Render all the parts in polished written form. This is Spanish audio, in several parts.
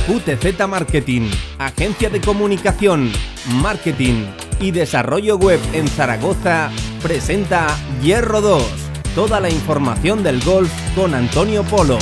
QTZ Marketing, agencia de comunicación, marketing y desarrollo web en Zaragoza, presenta Hierro 2, toda la información del golf con Antonio Polo.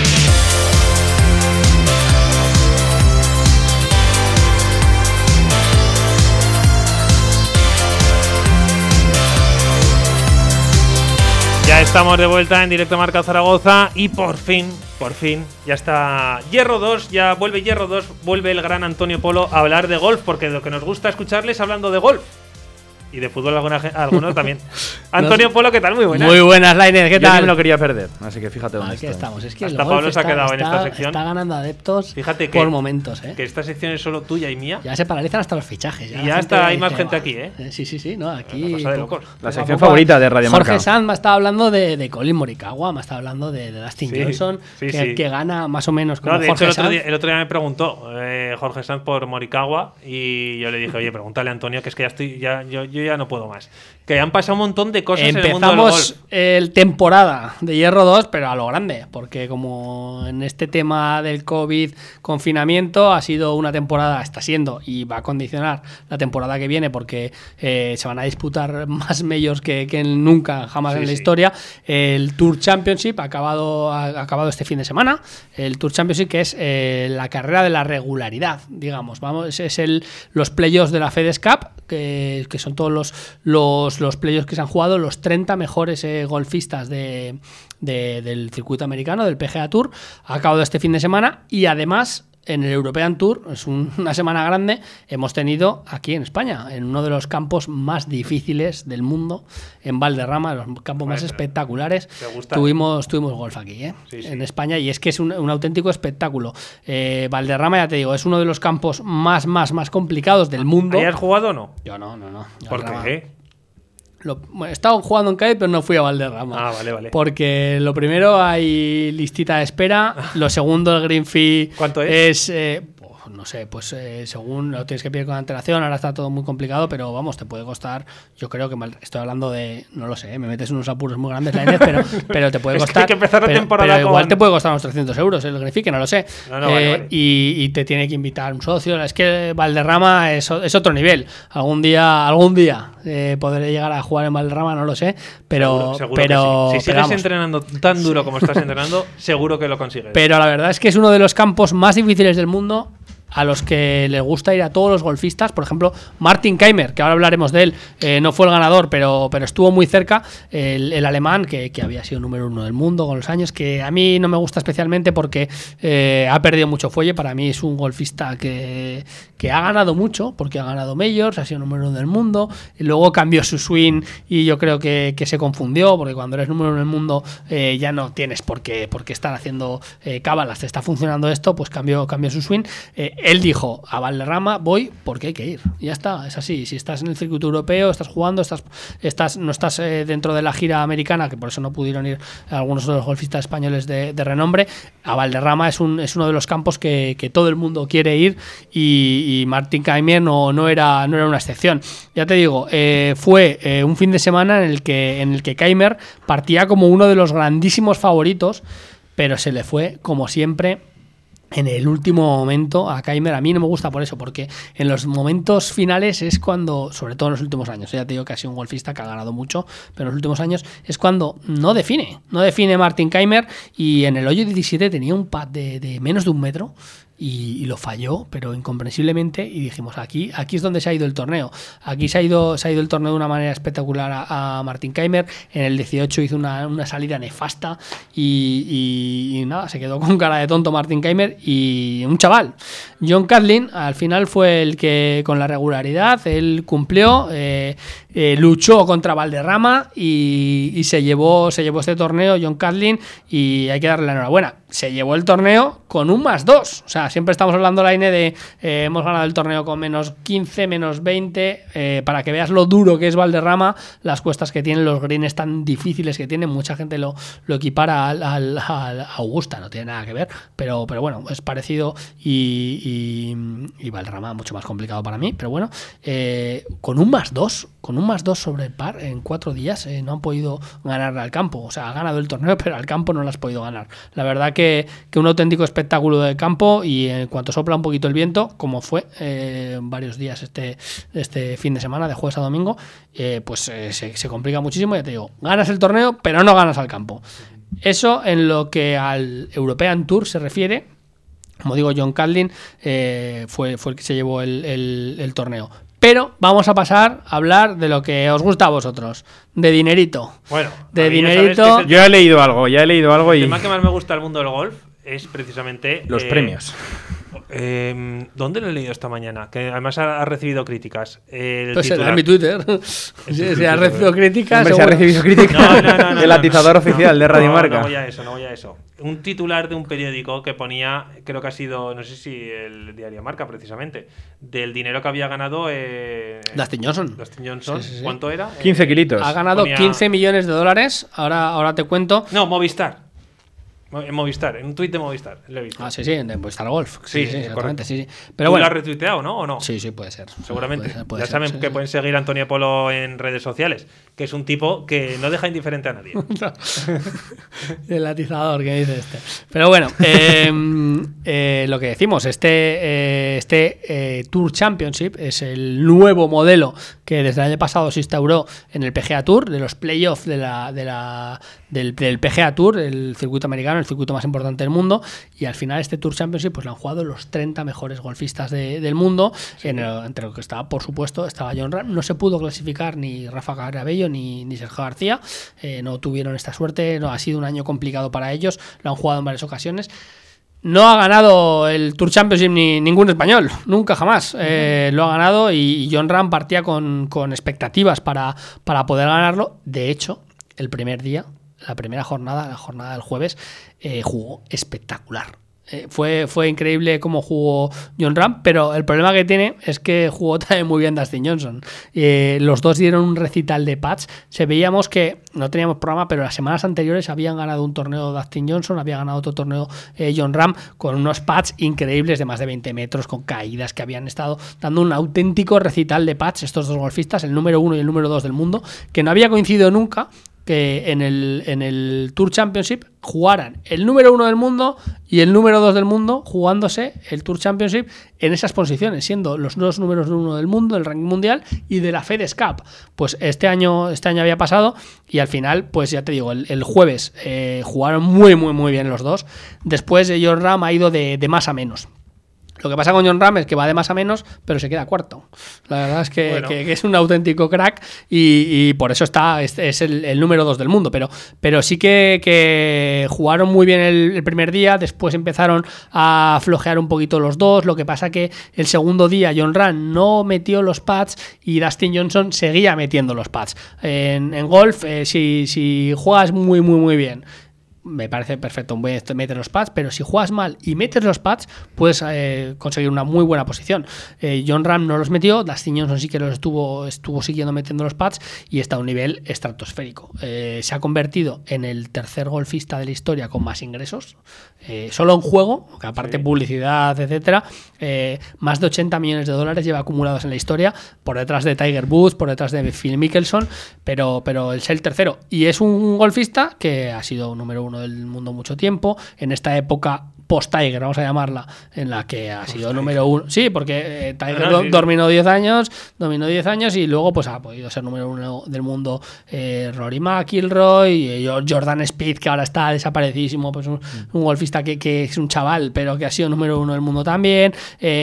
Ya estamos de vuelta en directo Marca Zaragoza y por fin, ya está Hierro 2, ya vuelve Hierro 2, vuelve el gran Antonio Polo a hablar de golf, porque lo que nos gusta escucharles hablando de golf. Y de fútbol algunos también. Antonio Polo, ¿qué tal? Muy buenas. Muy buenas, Lainez, ¿qué tal? Yo me lo quería perder, así que fíjate dónde Aquí estoy. estamos. Es que hasta Pablo se ha quedado en esta sección. Está ganando adeptos, fíjate por momentos, ¿eh? Que esta sección es solo tuya y mía. Ya se paralizan hasta los fichajes. Y ya está, hay más gente aquí, ¿eh? Sí, no, aquí. Una cosa de locos. La sección favorita de Radio Marca. Jorge Sanz me estaba hablando de Colin Morikawa, me estaba hablando de Dustin Johnson, que gana más o menos como de Jorge hecho, Sanz. el otro día me preguntó Jorge Sanz por Morikawa y yo le dije, oye, pregúntale a Antonio, que es que yo ya no puedo más. Que han pasado un montón de cosas en el mundo del golf. Empezamos el temporada de Hierro 2, pero a lo grande, porque como en este tema del COVID, confinamiento, ha sido una temporada, está siendo, y va a condicionar la temporada que viene, porque se van a disputar más majors que nunca, jamás en la historia. El Tour Championship ha acabado este fin de semana. El Tour Championship, que es la carrera de la regularidad, digamos. Es los playoffs de la FedEx Cup, que son todos los playoffs que se han jugado, los 30 mejores golfistas del circuito americano, del PGA Tour. Ha acabado este fin de semana y además en el European Tour, es una semana grande, hemos tenido aquí en España, en uno de los campos más difíciles del mundo, en Valderrama, los campos más espectaculares. Tuvimos golf aquí, en España, y es que es un auténtico espectáculo. Valderrama, ya te digo, es uno de los campos más complicados del mundo. ¿Hayas jugado o no? Yo no. ¿Por qué? He estado jugando en Cádiz, pero no fui a Valderrama. Vale. Porque lo primero, hay listita de espera. Lo segundo, el green fee. ¿Cuánto es? No sé, pues según lo tienes que pedir con antelación. Ahora está todo muy complicado, pero vamos, te puede costar. Yo creo que estoy hablando de, no lo sé, me metes en unos apuros muy grandes, Lainez, pero te puede costar. Es que hay que empezar la temporada pero igual te puede costar unos 300 euros el green fee, que no lo sé. Vale. Y te tiene que invitar un socio. Es que Valderrama es otro nivel. Algún día podré llegar a jugar en Valderrama, no lo sé, pero que sí. Si sigues entrenando tan duro como estás entrenando, seguro que lo consigues. Pero la verdad es que es uno de los campos más difíciles del mundo, a los que les gusta ir a todos los golfistas. Por ejemplo, Martin Kaymer, que ahora hablaremos de él, no fue el ganador, pero estuvo muy cerca, el alemán, que había sido número 1 del mundo con los años, que a mí no me gusta especialmente porque ha perdido mucho fuelle. Para mí es un golfista que ha ganado mucho, porque ha ganado majors, ha sido número 1 del mundo, y luego cambió su swing y yo creo que se confundió, porque cuando eres número 1 del mundo ya no tienes por qué estar haciendo cábalas, te está funcionando esto, pues cambió su swing. Él dijo, a Valderrama voy porque hay que ir. Y ya está, es así. Si estás en el circuito europeo, estás jugando, no estás dentro de la gira americana, que por eso no pudieron ir algunos de los golfistas españoles de renombre, a Valderrama es uno de los campos que todo el mundo quiere ir, y Martin Kaymer no era una excepción. Ya te digo, fue un fin de semana en el que Kaymer partía como uno de los grandísimos favoritos, pero se le fue, como siempre, en el último momento a Kaymer. A mí no me gusta por eso, porque en los momentos finales es cuando, sobre todo en los últimos años, ya te digo que ha sido un golfista que ha ganado mucho, pero en los últimos años es cuando no define Martin Kaymer, y en el hoyo 17 tenía un pad de menos de 1 metro y lo falló, pero incomprensiblemente, y dijimos, aquí es donde se ha ido el torneo. Aquí se ha ido el torneo de una manera espectacular a Martin Kaymer. En el 18 hizo una salida nefasta y nada, se quedó con cara de tonto Martin Kaymer, y un chaval. John Catlin al final fue el que, con la regularidad, él cumplió, luchó contra Valderrama y se llevó este torneo John Catlin, y hay que darle la enhorabuena. Se llevó el torneo con un +2, o sea, siempre estamos hablando, Laine, de hemos ganado el torneo con -15, -20, para que veas lo duro que es Valderrama, las cuestas que tienen, los greens tan difíciles que tienen. Mucha gente lo equipara al Augusta, no tiene nada que ver, pero bueno, es parecido, y Valderrama mucho más complicado para mí, pero bueno, con un +2 un +2 sobre el par en 4 días no han podido ganar al campo. O sea, ha ganado el torneo, pero al campo no lo has podido ganar. La verdad que un auténtico espectáculo de campo, y en cuanto sopla un poquito el viento, como fue varios días este fin de semana, de jueves a domingo, se complica muchísimo. Ya te digo, ganas el torneo, pero no ganas al campo. Eso en lo que al European Tour se refiere. Como digo, John Caldin fue el que se llevó el torneo. Pero vamos a pasar a hablar de lo que os gusta a vosotros, de dinerito. Bueno, de dinerito. Yo he leído algo y el tema que más me gusta del mundo del golf es precisamente los premios. ¿Dónde lo he leído esta mañana? Que además ha recibido críticas. Pues en mi Twitter. Si ha recibido críticas. Hombre, se ha recibido críticas. No, el atizador oficial de Radio Marca. No voy a eso. Un titular de un periódico que ponía, creo que ha sido, no sé si el diario Marca precisamente, del dinero que había ganado Dustin Johnson. Sí. ¿Cuánto era? 15 kilitos. Ha ganado $15 millones. Ahora te cuento. No, Movistar. En Movistar, en un tuit de Movistar, lo he visto. Sí, en Movistar Golf. Sí, correcto. Sí. Pero bueno, ¿lo has retuiteado, no? ¿O no? Sí, puede ser. Seguramente. Puede ya ser, saben que pueden seguir a Antonio Polo en redes sociales, que es un tipo que no deja indiferente a nadie. El atizador que dice este. Pero bueno, lo que decimos, este Tour Championship es el nuevo modelo que desde el año pasado se instauró en el PGA Tour, de los playoffs del PGA Tour, el circuito americano, el circuito más importante del mundo, y al final este Tour Championship pues lo han jugado los 30 mejores golfistas del mundo, entre los que estaba, por supuesto, estaba Jon Rahm. No se pudo clasificar ni Rafa Garabello ni Sergio García, no tuvieron esta suerte, ha sido un año complicado para ellos, lo han jugado en varias ocasiones. No ha ganado el Tour Championship ningún español, nunca jamás. Lo ha ganado, y Jon Rahm partía con expectativas para poder ganarlo. De hecho, el primer día, la primera jornada, la jornada del jueves, jugó espectacular. Fue increíble cómo jugó Jon Rahm, pero el problema que tiene es que jugó también muy bien Dustin Johnson. Los dos dieron un recital de putts. Veíamos que no teníamos programa, pero las semanas anteriores habían ganado un torneo Dustin Johnson, había ganado otro torneo Jon Rahm, con unos putts increíbles de más de 20 metros, con caídas, que habían estado dando un auténtico recital de putts estos dos golfistas, el número 1 y el número 2 del mundo, que no había coincidido nunca que en el Tour Championship jugaran el número 1 del mundo y el número 2 del mundo, jugándose el Tour Championship en esas posiciones, siendo los dos números 1 del mundo, del ranking mundial y de la FedEx Cup. Pues este año había pasado, y al final, pues ya te digo, el jueves jugaron muy, muy, muy bien los dos. Después Jon Rahm ha ido de más a menos. Lo que pasa con Jon Rahm es que va de más a menos, pero se queda cuarto. La verdad es que es un auténtico crack, y por eso es el número 2 del mundo. Pero sí que jugaron muy bien el primer día, después empezaron a flojear un poquito los dos. Lo que pasa que el segundo día Jon Rahm no metió los putts y Dustin Johnson seguía metiendo los putts. En golf, si juegas muy, muy, muy bien, me parece perfecto meter los pads, pero si juegas mal y metes los pads, puedes conseguir una muy buena posición. Jon Rahm no los metió, Dustin Johnson sí que los estuvo siguiendo metiendo los pads, y está a un nivel estratosférico. Se ha convertido en el tercer golfista de la historia con más ingresos, solo en juego, que aparte publicidad, etcétera, más de $80 millones lleva acumulados en la historia, por detrás de Tiger Woods, por detrás de Phil Mickelson, pero es el tercero, y es un golfista que ha sido número 1 del mundo mucho tiempo, en esta época post-Tiger, vamos a llamarla, en la que ha sido número 1. Sí, porque Tiger dominó 10 años, y luego pues ha podido ser número 1 del mundo Rory McIlroy, Jordan Spieth, que ahora está desaparecidísimo, pues un golfista que es un chaval, pero que ha sido número 1 del mundo también.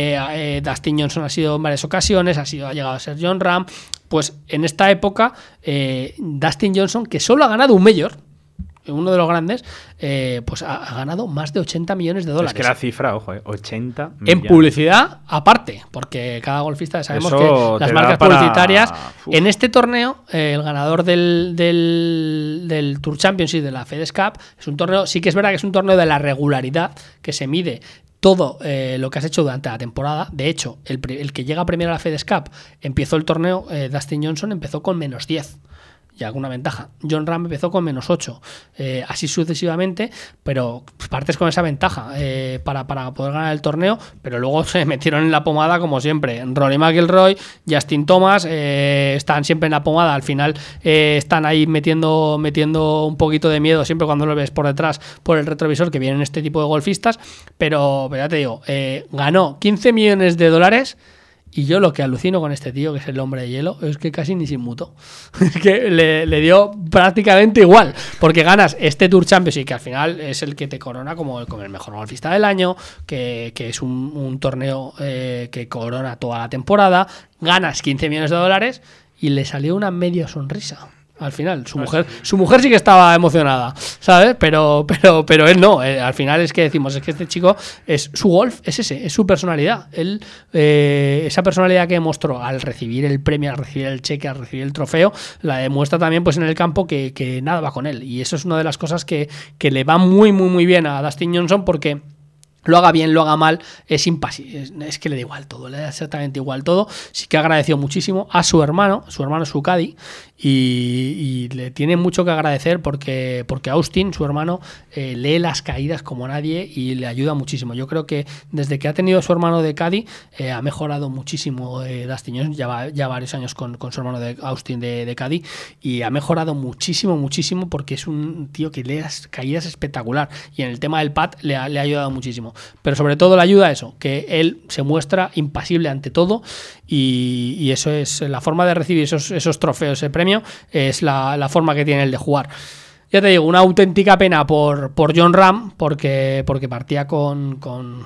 Dustin Johnson ha sido en varias ocasiones, ha llegado a ser Jon Rahm. Pues en esta época, Dustin Johnson, que solo ha ganado un Major, uno de los grandes, pues ha ganado más de $80 millones. Es que la cifra, ojo, 80 millones. En publicidad, aparte, porque cada golfista sabemos que las marcas publicitarias. En este torneo, el ganador del Tour Championship de la FedEx Cup es un torneo, sí que es verdad que es un torneo de la regularidad, que se mide todo lo que has hecho durante la temporada. De hecho, el que llega primero a la FedEx Cup empezó el torneo, Dustin Johnson empezó con -10. ya con una ventaja. Jon Rahm empezó con -8, así sucesivamente, pero partes con esa ventaja para poder ganar el torneo, pero luego se metieron en la pomada como siempre. Rory McIlroy, Justin Thomas, están siempre en la pomada, al final están ahí metiendo un poquito de miedo siempre cuando lo ves por detrás, por el retrovisor, que vienen este tipo de golfistas, pero ya te digo, ganó 15 millones de dólares. Y yo lo que alucino con este tío, que es el hombre de hielo, es que casi ni se inmutó. Es que le dio prácticamente igual, porque ganas este Tour Championship, que al final es el que te corona como el mejor golfista del año, que es un torneo que corona toda la temporada, ganas 15 millones de dólares y le salió una media sonrisa. Al final, su mujer sí que estaba emocionada, ¿sabes? Pero él no. Al final es que decimos, es que este chico, su golf es es su personalidad. Él, esa personalidad que mostró al recibir el premio, al recibir el cheque, al recibir el trofeo, la demuestra también pues en el campo que nada va con él. Y eso es una de las cosas que le va muy, muy, muy bien a Dustin Johnson, porque lo haga bien, lo haga mal, es impasible, es que le da igual todo, le da exactamente igual todo. Sí que agradeció muchísimo a su hermano su caddy, y le tiene mucho que agradecer porque Austin, su hermano, lee las caídas como nadie y le ayuda muchísimo. Yo creo que desde que ha tenido a su hermano de caddy ha mejorado muchísimo Dustin Johnson, ya varios años con su hermano de Austin de caddy, y ha mejorado muchísimo porque es un tío que lee las caídas espectacular, y en el tema del pad le ha ayudado muchísimo. Pero sobre todo le ayuda a eso, que él se muestra impasible ante todo, y eso es la forma de recibir esos trofeos, ese premio, es la forma que tiene él de jugar. Ya te digo, una auténtica pena por Jon Rahm, porque partía con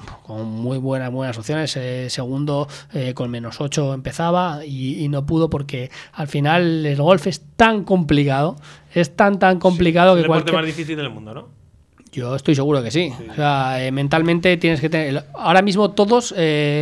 muy buenas opciones. Segundo, con -8 empezaba y no pudo, porque al final el golf es tan complicado, es tan complicado, sí, que es el deporte más difícil del mundo, ¿no? Yo estoy seguro que sí. O sea, mentalmente tienes que tener... Ahora mismo todos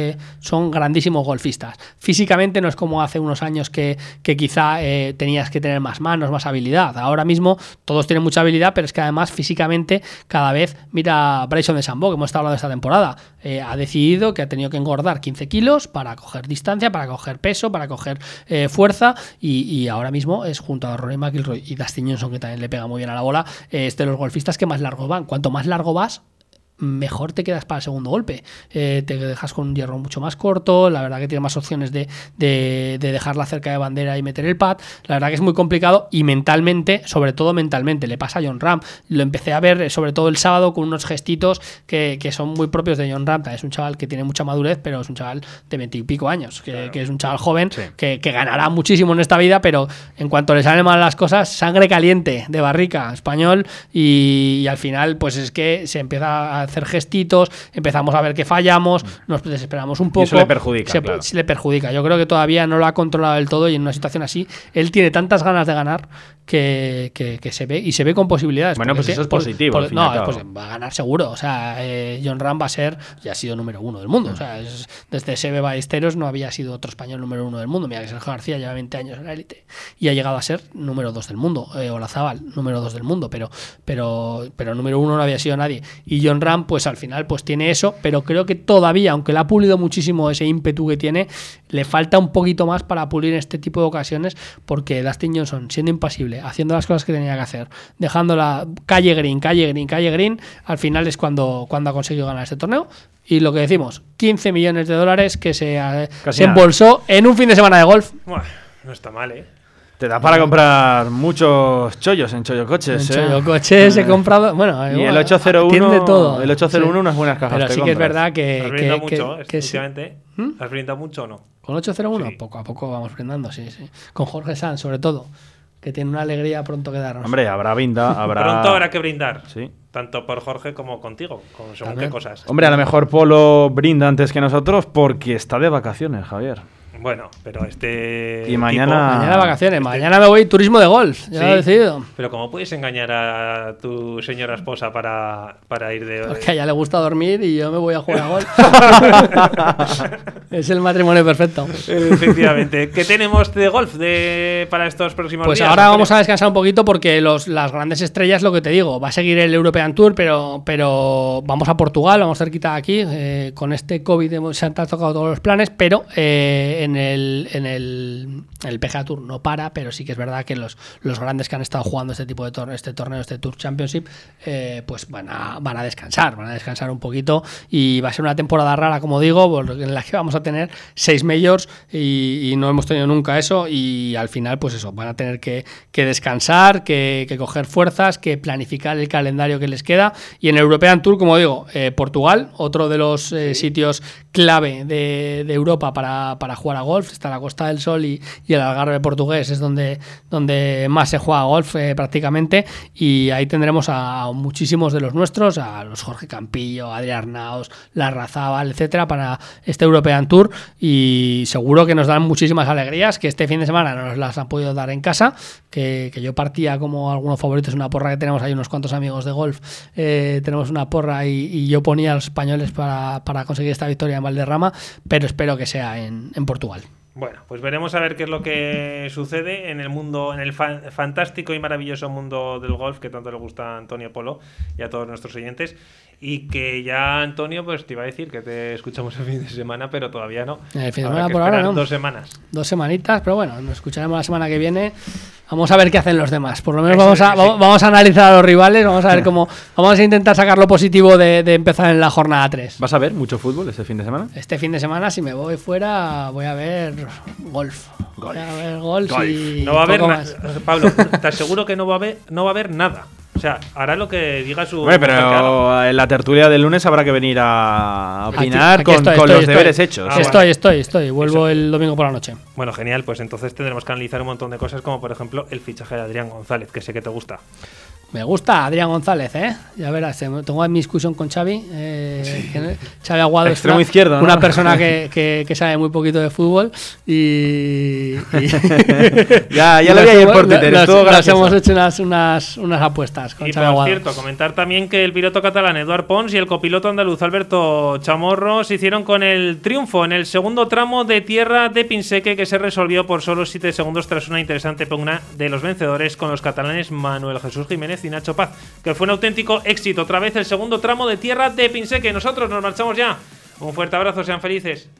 son grandísimos golfistas. Físicamente no es como hace unos años que quizá tenías que tener más manos, más habilidad. Ahora mismo todos tienen mucha habilidad, pero es que además físicamente cada vez... Mira Bryson DeChambeau, que hemos estado hablando de esta temporada. Ha decidido que ha tenido que engordar 15 kilos para coger distancia, para coger peso, para coger fuerza, y ahora mismo es, junto a Rory McIlroy y Dustin Johnson, que también le pega muy bien a la bola, es de los golfistas que más largos van. Cuanto más largo vas, mejor te quedas para el segundo golpe. Te dejas con un hierro mucho más corto, la verdad que tiene más opciones de dejarla cerca de bandera y meter el pad. La verdad que es muy complicado, y mentalmente, sobre todo mentalmente, le pasa a Jon Rahm. Lo empecé a ver sobre todo el sábado con unos gestitos que son muy propios de Jon Rahm. Es un chaval que tiene mucha madurez, pero es un chaval de 20 y pico años, que es un chaval joven, sí, que ganará muchísimo en esta vida, pero en cuanto le salen mal las cosas, sangre caliente de barrica, español, y al final pues es que se empieza a hacer gestitos, empezamos a ver que fallamos, nos desesperamos un poco. Y eso le perjudica, claro. Le perjudica. Yo creo que todavía no lo ha controlado del todo, y en una situación así, él tiene tantas ganas de ganar que se ve, y se ve con posibilidades. Bueno, pues eso es positivo. Al fin y al cabo. Pues va a ganar seguro. O sea, Jon Rahm va a ser, ya ha sido número 1 del mundo. O sea, desde Seve Ballesteros no había sido otro español número 1 del mundo. Mira que Sergio García lleva 20 años en la élite y ha llegado a ser número 2 del mundo. Olazábal, número 2 del mundo, pero número 1 no había sido nadie. Y Jon Rahm, pues al final pues tiene eso, pero creo que todavía, aunque le ha pulido muchísimo ese ímpetu que tiene, le falta un poquito más para pulir en este tipo de ocasiones, porque Dustin Johnson, siendo impasible, haciendo las cosas que tenía que hacer, dejándola calle green, al final es cuando ha conseguido ganar este torneo. Y lo que decimos, 15 millones de dólares que se embolsó en un fin de semana de golf. Bueno, no está mal, ¿eh? Te da para comprar muchos chollos en Chollo Coches. En Chollo Coches he comprado. Bueno, y el 801. Todo. El 801 unas buenas cajas. Pero sí que es verdad que. ¿Has brindado mucho últimamente? ¿Has brindado mucho o no? ¿Con 801? Sí. Poco a poco vamos brindando, sí. Con Jorge Sanz, sobre todo, que tiene una alegría pronto que darnos. Hombre, habrá Pronto habrá que brindar. Sí. Tanto por Jorge como contigo, con según qué cosas. Hombre, a lo mejor Polo brinda antes que nosotros porque está de vacaciones, Javier. Bueno, pero y mañana vacaciones, mañana me voy turismo de golf, ya lo he decidido. Pero ¿cómo puedes engañar a tu señora esposa para ir de...? Porque a ella le gusta dormir y yo me voy a jugar a golf. Es el matrimonio perfecto. Efectivamente. ¿Qué tenemos de golf para estos próximos Pues días? ahora vamos a descansar un poquito porque las grandes estrellas, lo que te digo, va a seguir el European Tour, pero vamos a Portugal, vamos cerquita de aquí. Con este COVID se han tocado todos los planes, pero en el PGA Tour no para, pero sí que es verdad que los grandes que han estado jugando este tipo de torneo, este Tour Championship, pues van a descansar un poquito, y va a ser una temporada rara, como digo, en la que vamos a tener 6 majors y no hemos tenido nunca eso, y al final pues eso, van a tener que descansar, que coger fuerzas, que planificar el calendario que les queda. Y en el European Tour, como digo, Portugal, otro de los sitios clave de Europa para jugar a golf. Está la Costa del Sol y el Algarve portugués es donde más se juega golf prácticamente, y ahí tendremos a muchísimos de los nuestros, a los Jorge Campillo, Adrián Arnaos, Larrazábal, etcétera, para este European Tour, y seguro que nos dan muchísimas alegrías, que este fin de semana no nos las han podido dar en casa, que yo partía como algunos favoritos, una porra que tenemos ahí, unos cuantos amigos de golf, tenemos una porra y yo ponía a los españoles para conseguir esta victoria en Valderrama, pero espero que sea en Portugal. Bueno, pues veremos a ver qué es lo que sucede en el mundo, en el fantástico y maravilloso mundo del golf que tanto le gusta a Antonio Polo y a todos nuestros oyentes. Y que ya, Antonio, pues te iba a decir que te escuchamos el fin de semana, pero todavía no. El fin de semana por ahora no. 2 semanas. 2 semanitas, pero bueno, nos escucharemos la semana que viene. Vamos a ver qué hacen los demás. Por lo menos vamos a analizar a los rivales, vamos a ver cómo. Vamos a intentar sacar lo positivo de empezar en la jornada 3. ¿Vas a ver mucho fútbol este fin de semana? Este fin de semana, si me voy fuera, voy a ver golf. Voy a ver golf y no va a haber nada. Pablo, te aseguro que no va a haber nada. O sea, hará lo que diga su... Bueno, pero en la tertulia del lunes habrá que venir a opinar aquí con los deberes hechos. Estoy. Vuelvo el domingo por la noche. Bueno, genial. Pues entonces tendremos que analizar un montón de cosas, como por ejemplo el fichaje de Adrián González, que sé que te gusta. Me gusta Adrián González, Ya verás, tengo mi discusión con Xavi. Xavi Aguado extremo es izquierdo, ¿no? una persona que sabe muy poquito de fútbol y ya lo vi ayer por Twitter. Nos hemos hecho unas apuestas con y Xavi por Aguado. cierto, comentar también que el piloto catalán Eduard Pons y el copiloto andaluz Alberto Chamorro se hicieron con el triunfo en el segundo tramo de tierra de Pinseque, que se resolvió por solo 7 segundos tras una interesante pugna de los vencedores con los catalanes Manuel Jesús Jiménez y Nacho Paz, que fue un auténtico éxito. Otra vez el segundo tramo de tierra de Pinseque. Nosotros nos marchamos ya. Un fuerte abrazo, sean felices.